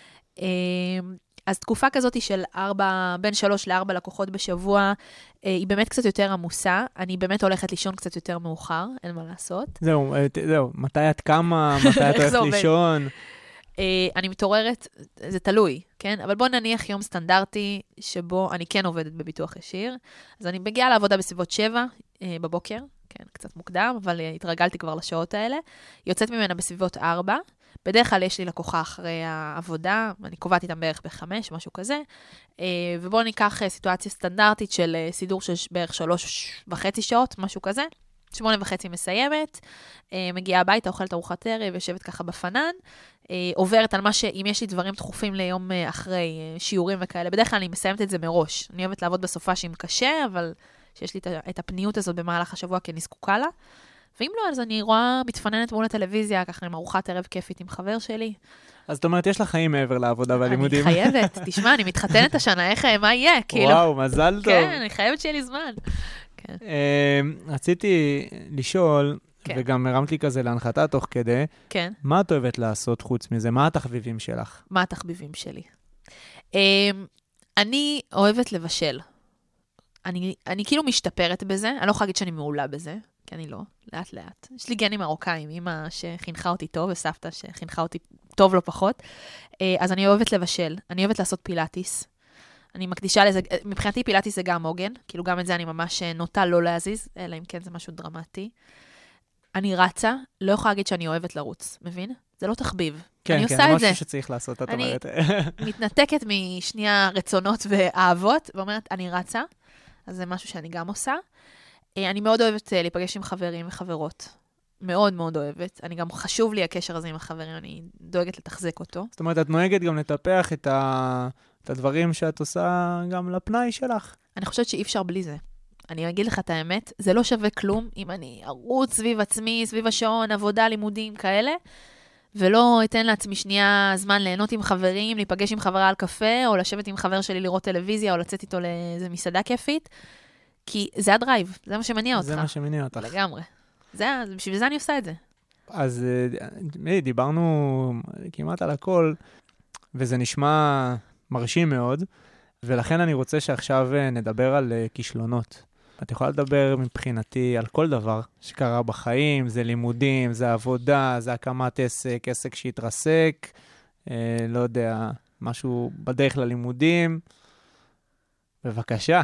אז תקופה כזאת של בין 3 ל4 לקוחות בשבוע, היא באמת קצת יותר עמוסה. אני באמת הולכת לישון קצת יותר מאוחר, אין מה לעשות. זהו. מתי את קמה? מתי את הולכת לישון? אני מתעוררת, זה תלוי, כן? אבל בוא נניח יום סטנדרטי שבו אני כן עובדת בביטוח ישיר. אז אני מגיעה לעבודה בסביבות 7 בבוקר, כן, קצת מוקדם, אבל התרגלתי כבר לשעות האלה. יוצאת ממנה בסביבות 4. בדרך כלל יש לי לקוחה אחרי העבודה, אני קובעת איתם בערך ב5, משהו כזה. ובואו ניקח סיטואציה סטנדרטית של סידור של בערך 3.5 שעות, משהו כזה. 8:30 מסיימת, מגיעה הביתה, אוכלת ארוחת ערב, יושבת ככה בפנן, עוברת על מה אם יש לי דברים דחופים ליום אחרי, שיעורים וכאלה, בדרך כלל אני מסיימת את זה מראש. אני אוהבת לעבוד בסופה שאם קשה, אבל שיש לי את הפניות הזאת במהלך השבוע, כי אני זקוקה לה. ואם לא, אז אני רואה מתפננת מול הטלוויזיה, ככה עם ארוחת ערב כיפית עם חבר שלי. אז זאת אומרת, יש לך חיים מעבר לעבודה והלימודים. אני חייבת, תשמע, אני מתחתנת השנה, מה יהיה? וואו, מזל טוב. כן, אני חייבת שיהיה לי זמן. רציתי לשאול, וגם הרמת לי כזה להנחתה תוך כדי, מה את אוהבת לעשות חוץ מזה? מה התחביבים שלך? מה התחביבים שלי? אני אוהבת לבשל. אני כאילו משתפרת בזה, אני לא יכולה להגיד שאני מעולה בזה, כי אני לא, לאט לאט. יש לי גנים מרוקאים, אמא שחינכה אותי טוב, וסבתא שחינכה אותי טוב לא פחות. אז אני אוהבת לבשל, אני אוהבת לעשות פילאטיס. אני מקדישה לזה, מבחינתי פילאטיס זה גם עוגן, כאילו גם את זה אני ממש נוטה לא להזיז, אלא אם כן זה משהו דרמטי. אני רצה, לא יכולה להגיד שאני אוהבת לרוץ, מבין? זה לא תחביב. כן, כן, זה משהו שצריך לעשות, את אומרת. אני מתנתקת משנייה רצונות ואהבות, ואומרת, אני רצה, אז זה משהו שאני גם עושה. אני מאוד אוהבת להיפגש עם חברים וחברות. מאוד מאוד אוהבת. אני גם חשוב לי הקשר הזה עם החברים, אני דואגת לתחזק אותו. זאת אומרת, את נוהגת גם לטפח את הדברים שאת עושה גם לפנאי שלך. אני חושבת שאי אפשר בלי זה. אני אגיד לך את האמת, זה לא שווה כלום אם אני ארוץ סביב עצמי, סביב השעון, עבודה, לימודים, כאלה, ולא אתן לעצמי שנייה זמן ליהנות עם חברים, להיפגש עם חברה על קפה, או לשבת עם חבר שלי לראות טלוויזיה, או לצאת איתו לאיזה מסעדה כיפית, כי זה הדרייב, זה מה שמניע אותך. זה מה שמניע אותך. לגמרי. בשביל זה אני עושה את זה. אז דיברנו כמעט על הכל, וזה נשמע מרשים מאוד, ולכן אני רוצה שעכשיו נדבר על כישלונות. את יכולה לדבר מבחינתי על כל דבר שקרה בחיים, זה לימודים, זה עבודה, זה הקמת עסק, עסק שהתרסק, לא יודע, משהו בדרך ללימודים. בבקשה.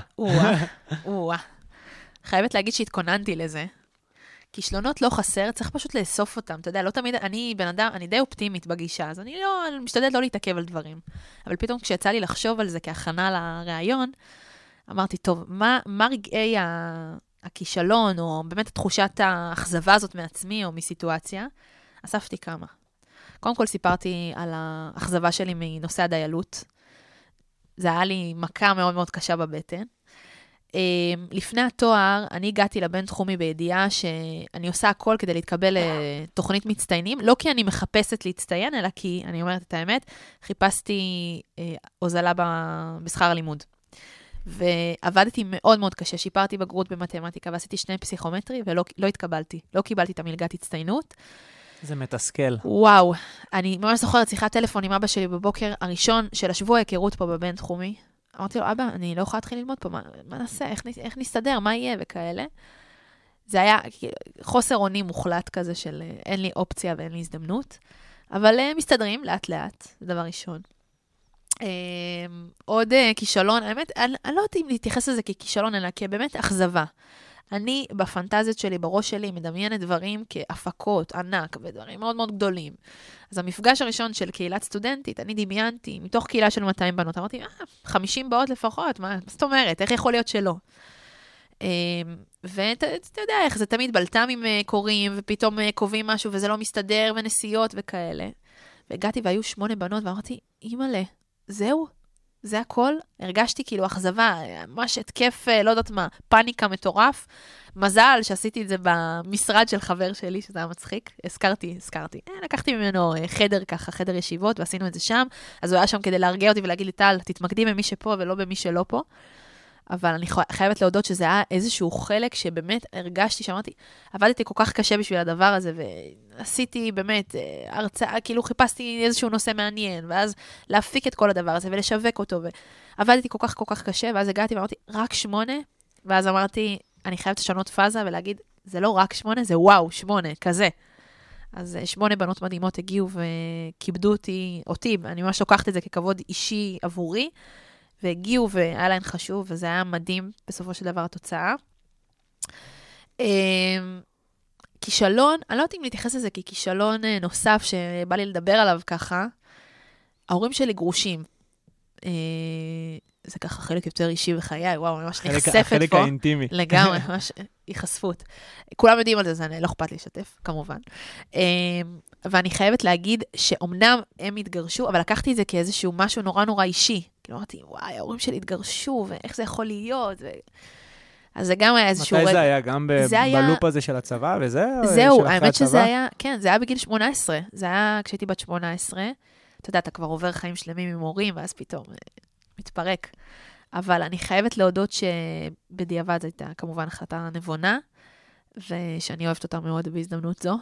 חייבת להגיד שהתכוננתי לזה. כישלונות לא חסר, צריך פשוט לאסוף אותם. אתה יודע, לא תמיד, אני בן אדם, אני די אופטימית בגישה, אז אני משתדלת לא להתעכב על דברים. אבל פתאום כשיצא לי לחשוב על זה כהכנה לראיון, אמרתי, טוב, מה רגעי הכישלון, או באמת תחושת האכזבה הזאת מעצמי, או מסיטואציה? אספתי כמה. קודם כל סיפרתי על האכזבה שלי מנושא הדיילות. זה היה לי מכה מאוד מאוד קשה בבטן. לפני התואר, אני הגעתי לבן תחומי בידיעה שאני עושה הכל כדי להתקבל לתוכנית מצטיינים, לא כי אני מחפשת להצטיין, אלא כי, אני אומרת את האמת, חיפשתי הוזלה בשכר הלימוד. ועבדתי מאוד מאוד קשה, שיפרתי בגרות במתמטיקה, ועשיתי 2 פסיכומטרי, ולא התקבלתי. לא קיבלתי את המלגת הצטיינות. זה מתסכל. וואו, אני ממש זוכרת שיחת טלפון עם אבא שלי בבוקר הראשון של השבוע היכרות פה בבין תחומי. אמרתי לו, אבא, אני לא יכולה להתחיל ללמוד פה, מה נעשה, איך נסתדר, מה יהיה וכאלה. זה היה חוסר אונים מוחלט כזה של אין לי אופציה ואין לי הזדמנות, אבל מסתדרים לאט לאט, זה דבר ראשון. עוד כישלון, האמת, אני לא יודעת אם להתייחס לזה ככישלון, אלא כבאמת אכזבה. אני בפנטזיות שלי, בראש שלי, מדמיינת דברים כהפקות, ענק, ודברים מאוד מאוד גדולים. אז המפגש הראשון של קהילת סטודנטית, אני דמיינתי, מתוך קהילה של 200 בנות, אמרתי, 50 באות לפחות, מה זאת אומרת? איך יכול להיות שלא? ואתה יודע איך, זה תמיד בלת"מים קוראים, ופתאום קובעים משהו, וזה לא מסתדר, ונסיעות וכאלה. והגעתי והיו 8 בנות, ואמרתי, אימא'לה, זהו? זה הכל? הרגשתי כאילו אכזבה, ממש התקף, לא יודעת מה, פאניקה מטורף. מזל שעשיתי את זה במשרד של חבר שלי, שזה היה מצחיק. הזכרתי. לקחתי ממנו חדר ככה, חדר ישיבות, ועשינו את זה שם. אז הוא היה שם כדי להרגיע אותי ולהגיד לי, טל, תתמקדי במי שפה ולא במי שלא פה. אבל אני חייבת להודות שזה היה איזשהו חלק שבאמת הרגשתי, שאמרתי, עבדתי כל כך קשה בשביל הדבר הזה, ועשיתי באמת הרצאה, כאילו חיפשתי איזשהו נושא מעניין, ואז להפיק את כל הדבר הזה ולשווק אותו, ועבדתי כל כך קשה, ואז הגעתי ואמרתי, רק 8, ואז אמרתי, אני חייבת לשנות פאזה ולהגיד, זה לא רק 8, זה וואו, 8, כזה. אז 8 בנות מדהימות הגיעו וכיבדו אותי, אני ממש לוקחת את זה ככבוד אישי עבורי, והגיעו והיה להן חשוב, וזה היה מדהים בסופו של דבר התוצאה. כישלון, אני לא יודעת אם להתייחס לזה ככישלון נוסף שבא לי לדבר עליו ככה, ההורים שלי גרושים. זה ככה חלק יותר אישי בחיי, וואו, ממש נחשפת פה. החלק האינטימי. לגמרי, ממש היחשפות. כולם יודעים על זה, זה לא אכפת לי לשתף, כמובן. ואני חייבת להגיד שאומנם הם התגרשו, אבל לקחתי את זה כאיזשהו משהו נורא נורא אישי. כאילו אמרתי, וואי, ההורים שלי התגרשו, ואיך זה יכול להיות? אז זה גם היה איזשהו... מתי זה היה? גם בלופ הזה של הצבא, וזה? זהו, האמת שזה היה, כן, זה היה בגיל 18. זה היה כשהייתי בת 18. אתה יודע, אתה כבר עובר חיים שלמים עם הורים, ואז פתאום מתפרק. אבל אני חייבת להודות שבדיעבד זו הייתה כמובן החלטה נבונה, ושאני אוהבת אותה מאוד בהזדמנות זו.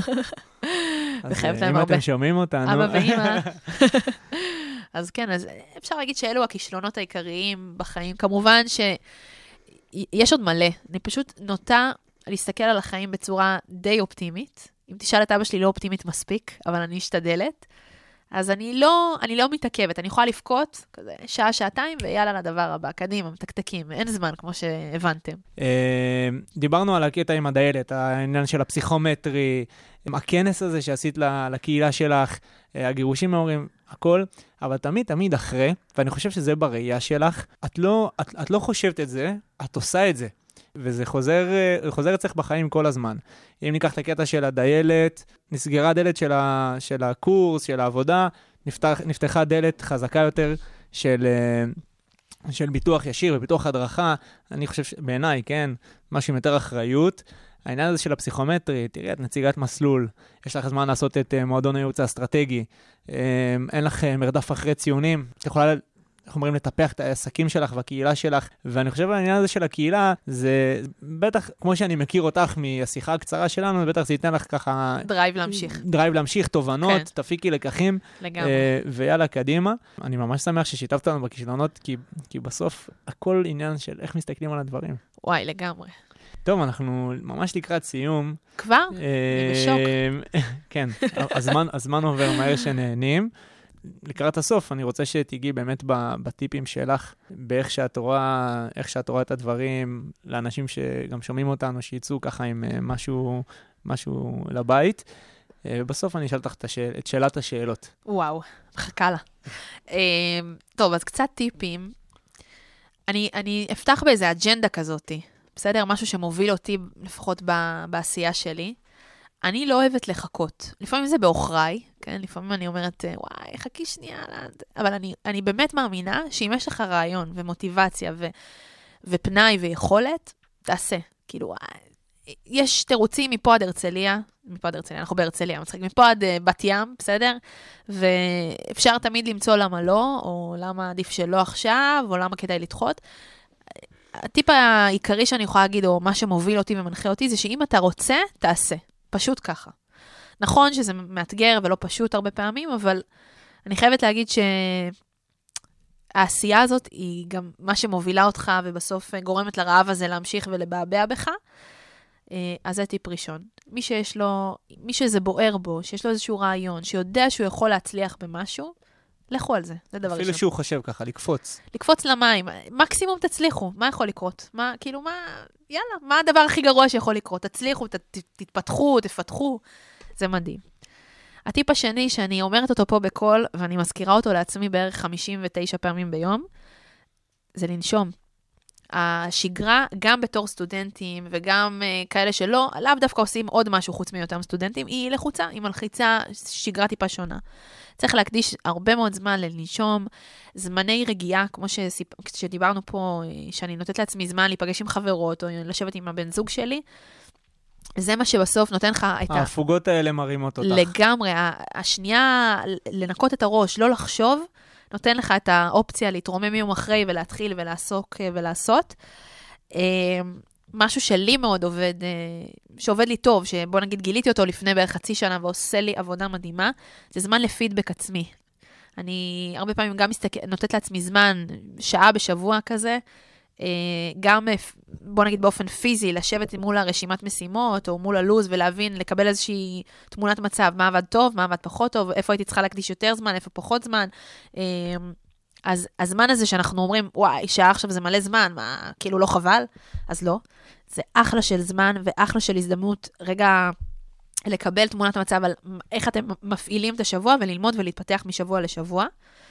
אז אם אתם שומעים אותנו... אבא ואמא. אז כן, אז אפשר להגיד שאלו הכישלונות העיקריים בחיים. כמובן שיש עוד מלא. אני פשוט נוטה להסתכל על החיים בצורה די אופטימית. אם תשאל את אבא שלי, לא אופטימית מספיק, אבל אני אשתדלת. אז אני לא מתעכבת, אני יכולה לפקוט כזה שעה, שעתיים, ויאללה לדבר הבא, קדימה, מתקתקים, אין זמן כמו שהבנתם. דיברנו על הקטע עם הדיילת, העניין של הפסיכומטרי, עם הכנס הזה שעשית לקהילה שלך, הגירושים מההורים, הכל, אבל תמיד אחרי, ואני חושב שזה בראייה שלך, את לא חושבת את זה, את עושה את זה. וזה חוזר אצלך בחיים כל הזמן. אם ניקח את הקטע של הדיילת, נסגרה דלת של הקורס, של העבודה, נפתחה דלת חזקה יותר של ביטוח ישיר וביטוח הדרכה. אני חושב בעיניי, כן, משהו עם יותר אחריות. העניין הזה של הפסיכומטרי, תראי, את נציגת מסלול, יש לך זמן לעשות את מועדון הייעוץ האסטרטגי, אין לך מרדף אחרי ציונים, את יכולה, אנחנו אומרים, לטפח את העסקים שלך והקהילה שלך, ואני חושב על העניין הזה של הקהילה, זה בטח, כמו שאני מכיר אותך מהשיחה הקצרה שלנו, בטח זה ייתן לך ככה... דרייב להמשיך, תובנות, תפיקי לקחים, ויאללה, קדימה. אני ממש שמח ששיתפת לנו בכישלונות, כי בסוף הכל עניין של איך מסתכלים על הדברים. וואי, לגמרי. טוב, אנחנו ממש לקראת סיום. כבר? אני בשוק. כן, הזמן עובר מהר שנהנים. לקראת הסוף, אני רוצה שתיגעי באמת בטיפים שלך, באיך שאת רואה את הדברים, לאנשים שגם שומעים אותנו, שיצאו ככה עם משהו לבית. ובסוף אני אשאל אותך את שאלת השאלות. וואו, מחכה לה. טוב, אז קצת טיפים. אני אפתח באיזה אג'נדה כזאת, בסדר? משהו שמוביל אותי, לפחות בעשייה שלי. אני לא אוהבת לחכות. לפעמים זה באוכריי, כן? לפעמים אני אומרת, וואי, חכי שנייה. אבל אני באמת מאמינה שאם יש לך רעיון ומוטיבציה ופנאי ויכולת, תעשה. כאילו, יש תירוצים מפה עד הרצליה, אנחנו בהרצליה, מפה עד בת ים, בסדר? ואפשר תמיד למצוא למה לא, או למה עדיף שלא עכשיו, או למה כדאי לדחות. הטיפ העיקרי שאני יכולה להגיד, או מה שמוביל אותי ומנחה אותי, זה שאם אתה רוצה, תעשה. פשוט ככה. נכון שזה מאתגר ולא פשוט הרבה פעמים, אבל אני חייבת להגיד שהעשייה הזאת היא גם מה שמובילה אותך, ובסוף גורמת לרעב הזה להמשיך ולבעבע בך. אז זה טיפ ראשון. מי שזה בוער בו, שיש לו איזשהו רעיון, שיודע שהוא יכול להצליח במשהו, לכו על זה. זה דבר ראשון. אפילו שהוא חושב ככה, לקפוץ. לקפוץ למים. מקסימום תצליחו. מה יכול לקרות? יאללה, מה הדבר הכי גרוע שיכול לקרות? תצליחו, תתפתחו, תפתחו. זה מדהים. הטיפ השני שאני אומרת אותו פה בקול, ואני מזכירה אותו לעצמי בערך 59 פעמים ביום, זה לנשום. השגרה, גם בתור סטודנטים, וגם כאלה שלא, לאו דווקא עושים עוד משהו חוץ מאותם סטודנטים, היא לחוצה, היא מלחיצה, שגרה טיפה שונה. צריך להקדיש הרבה מאוד זמן לנשום, זמני רגיעה, כמו שדיברנו פה, שאני נותנת לעצמי זמן להיפגש עם חברות, או לשבת עם הבן זוג שלי, זה מה שבסוף נותן לך את ההפוגות האלה מרימות אותך. לגמרי, השנייה, לנקות את הראש, לא לחשוב, נותן לך את האופציה להתרומם יום אחרי ולהתחיל ולעסוק ולעשות. משהו שלי מאוד עובד, שעובד לי טוב, שבוא נגיד גיליתי אותו לפני בערך חצי שנה ועושה לי עבודה מדהימה, זה זמן לפידבק עצמי. אני הרבה פעמים גם נותנת לעצמי זמן, שעה בשבוע כזה, גם בוא נגיד באופן פיזי, לשבת מול הרשימת משימות או מול הלוז ולהבין, לקבל איזושהי תמונת מצב, מה עבד טוב, מה עבד פחות טוב, איפה הייתי צריכה להקדיש יותר זמן, איפה פחות זמן. אז הזמן הזה שאנחנו אומרים, וואי, שעה עכשיו זה מלא זמן, מה, כאילו לא חבל? אז לא. זה אחלה של זמן ואחלה של הזדמנות רגע לקבל תמונת מצב על איך אתם מפעילים את השבוע וללמוד ולהתפתח משבוע לשבוע.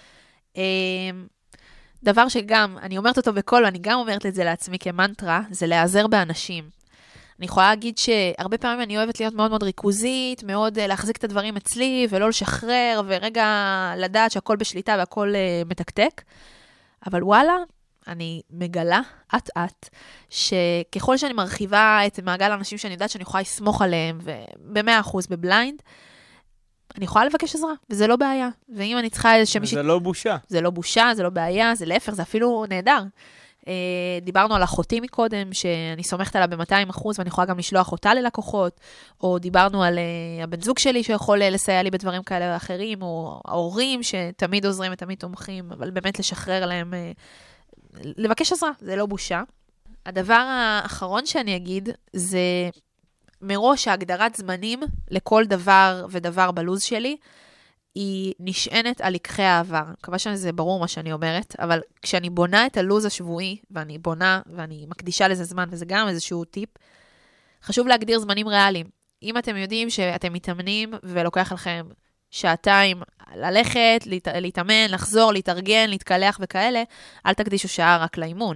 דבר שגם, אני אומרת אותו בקול, ואני גם אומרת את זה לעצמי כמנטרה, זה להיעזר באנשים. אני יכולה להגיד שהרבה פעמים אני אוהבת להיות מאוד מאוד ריכוזית, מאוד להחזיק את הדברים אצלי, ולא לשחרר, ורגע לדעת שהכל בשליטה והכל מתקתק. אבל וואלה, אני מגלה עט, שככל שאני מרחיבה את מעגל האנשים שאני יודעת שאני יכולה לסמוך עליהם, וב-100% בבליינד, אני יכולה לבקש עזרה, וזה לא בעיה. ואם אני צריכה שמישהי... זה לא בושה. זה לא בושה, זה לא בעיה, זה להפך, זה אפילו נהדר. דיברנו על אחותי מקודם, שאני סומכת עליה ב-200%, ואני יכולה גם לשלוח אותה ללקוחות, או דיברנו על הבן זוג שלי, שיכול לסייע לי בדברים כאלה ואחרים, או ההורים שתמיד עוזרים ותמיד תומכים, אבל באמת לשחרר להם, לבקש עזרה, זה לא בושה. הדבר האחרון שאני אגיד, זה מראש ההגדרת זמנים לכל דבר ודבר בלוז שלי, היא נשענת על לקחי העבר. אני מקווה שזה ברור מה שאני אומרת, אבל כשאני בונה את הלוז השבועי, ואני בונה ואני מקדישה לזה זמן, וזה גם איזשהו טיפ, חשוב להגדיר זמנים ריאליים. אם אתם יודעים שאתם מתאמנים, ולוקח לכם שעתיים ללכת, להתאמן, לחזור, להתארגן, להתקלח וכאלה, אל תקדישו שעה רק לאימון.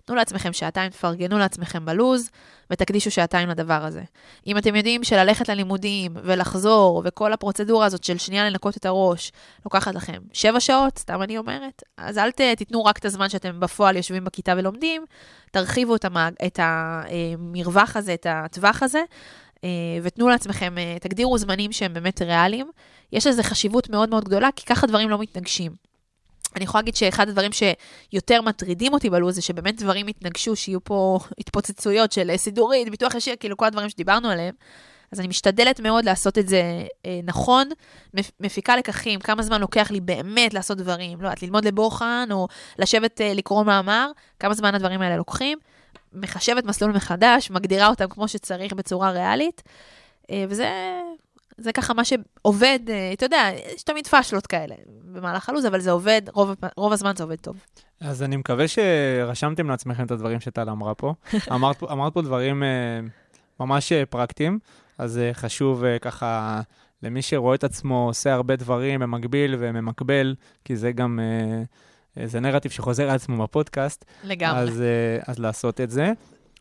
תנו לעצמכם שעתיים, תפרגנו לעצמכם בלוז, ותקדישו שעתיים לדבר הזה. אם אתם יודעים שללכת ללימודים ולחזור, וכל הפרוצדורה הזאת של שנייה לנקות את הראש, לוקחת לכם 7 שעות, סתם אני אומרת, אז אל תיתנו רק את הזמן שאתם בפועל יושבים בכיתה ולומדים, תרחיבו את המרווח הזה, את הטווח הזה, ותנו לעצמכם, תגדירו זמנים שהם באמת ריאליים. יש לזה חשיבות מאוד מאוד גדולה, כי ככה דברים לא מתנגשים. אני יכולה להגיד שאחד הדברים שיותר מטרידים אותי בלוז, זה שבאמת דברים יתנגשו, שיהיו פה התפוצצויות של סידורית, ביטוח ישיר, כאילו כל הדברים שדיברנו עליהם. אז אני משתדלת מאוד לעשות את זה נכון, מפיקה לקחים, כמה זמן לוקח לי באמת לעשות דברים, לא, ללמוד לבוחן, או לשבת לקרוא מאמר, כמה זמן הדברים האלה לוקחים, מחשבת מסלול מחדש, מגדירה אותם כמו שצריך בצורה ריאלית, וזה ככה מה שעובד, אתה יודע, יש תמיד פשלות כאלה במהלך הלוז, אבל זה עובד, רוב הזמן זה עובד טוב. אז אני מקווה שרשמתם לעצמכם את הדברים שטל אמרה פה. אמרת פה דברים ממש פרקטיים, אז חשוב ככה, למי שרואה את עצמו עושה הרבה דברים במקביל וממקבל, כי זה גם, זה נרטיב שחוזר על עצמו בפודקאסט. לגמרי. אז לעשות את זה.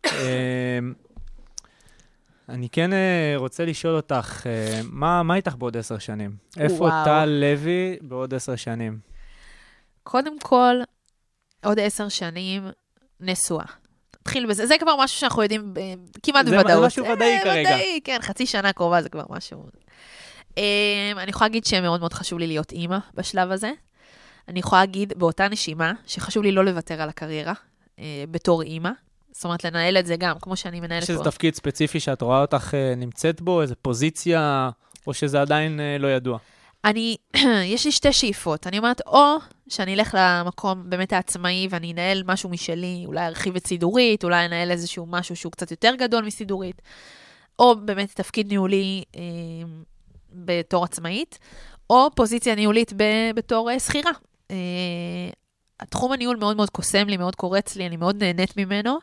אני כן רוצה לשאול אותך, מה איתך בעוד 10 שנים? איפה טל לוי בעוד 10 שנים? קודם כל, עוד 10 שנים נשואה. תתחיל בזה, זה כבר משהו שאנחנו יודעים כמעט בוודאות. זה משהו ודאי כרגע. ודאי, כן, חצי שנה קרובה זה כבר משהו. אני יכולה להגיד שמאוד מאוד חשוב לי להיות אימא בשלב הזה. אני יכולה להגיד באותה נשימה שחשוב לי לא לוותר על הקריירה בתור אימא. זאת אומרת, לנהל את זה גם, כמו שאני מנהלת פה. יש איזה תפקיד ספציפי שאת רואה אותך נמצאת בו, איזה פוזיציה, או שזה עדיין לא ידוע? יש לי 2 שאיפות. אני אומרת, או שאני אלך למקום באמת העצמאי, ואני אנהל משהו משלי, אולי ארחיב את סידורית, אולי אנהל איזשהו משהו שהוא קצת יותר גדול מסידורית, או באמת תפקיד ניהולי בתור עצמאית, או פוזיציה ניהולית בתור שכירה. התחום הניהול מאוד מאוד קוסם לי, מאוד קורץ לי, אני מאוד נהנית ממנו.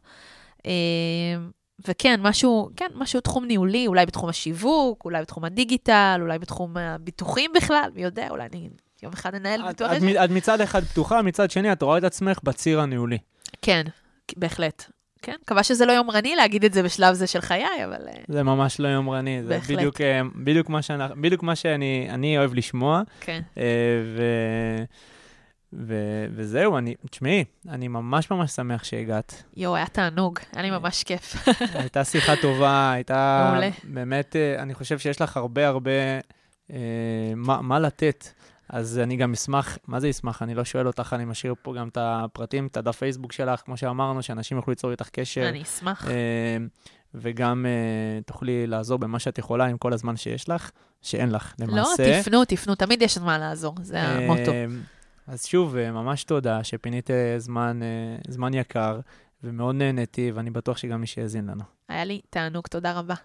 וכן, משהו תחום ניהולי, אולי בתחום השיווק, אולי בתחום הדיגיטל, אולי בתחום הביטוחים בכלל, מי יודע, אולי אני יום אחד אנהל ביטוח. את מצד אחד פתוחה, מצד שני את רואה את עצמך בציר הניהולי. כן, בהחלט. כן, מקווה שזה לא יומרני להגיד את זה בשלב זה של חיי, אבל... זה ממש לא יומרני, זה בדיוק מה שאני אוהב לשמוע. כן. וזהו, תשמעי, אני ממש ממש שמח שהגעת. היה תענוג, היה לי ממש כיף. הייתה שיחה טובה, הייתה באמת, אני חושב שיש לך הרבה מה לתת. אז אני גם אשמח, מה זה אשמח? אני לא שואל אותך, אני משאיר פה גם את הפרטים, את הדף פייסבוק שלך, כמו שאמרנו, שאנשים יוכלו ליצור איתך קשר. אני אשמח. וגם תוכלי לעזור במה שאת יכולה עם כל הזמן שיש לך, שאין לך למעשה. לא, תפנו, תמיד יש זמן לעזור, זה המוטו. אז שוב, ממש תודה שפינית זמן יקר, ומאוד נהניתי, ואני בטוח שגם מי שיאזין לנו. היה לי תענוג, תודה רבה.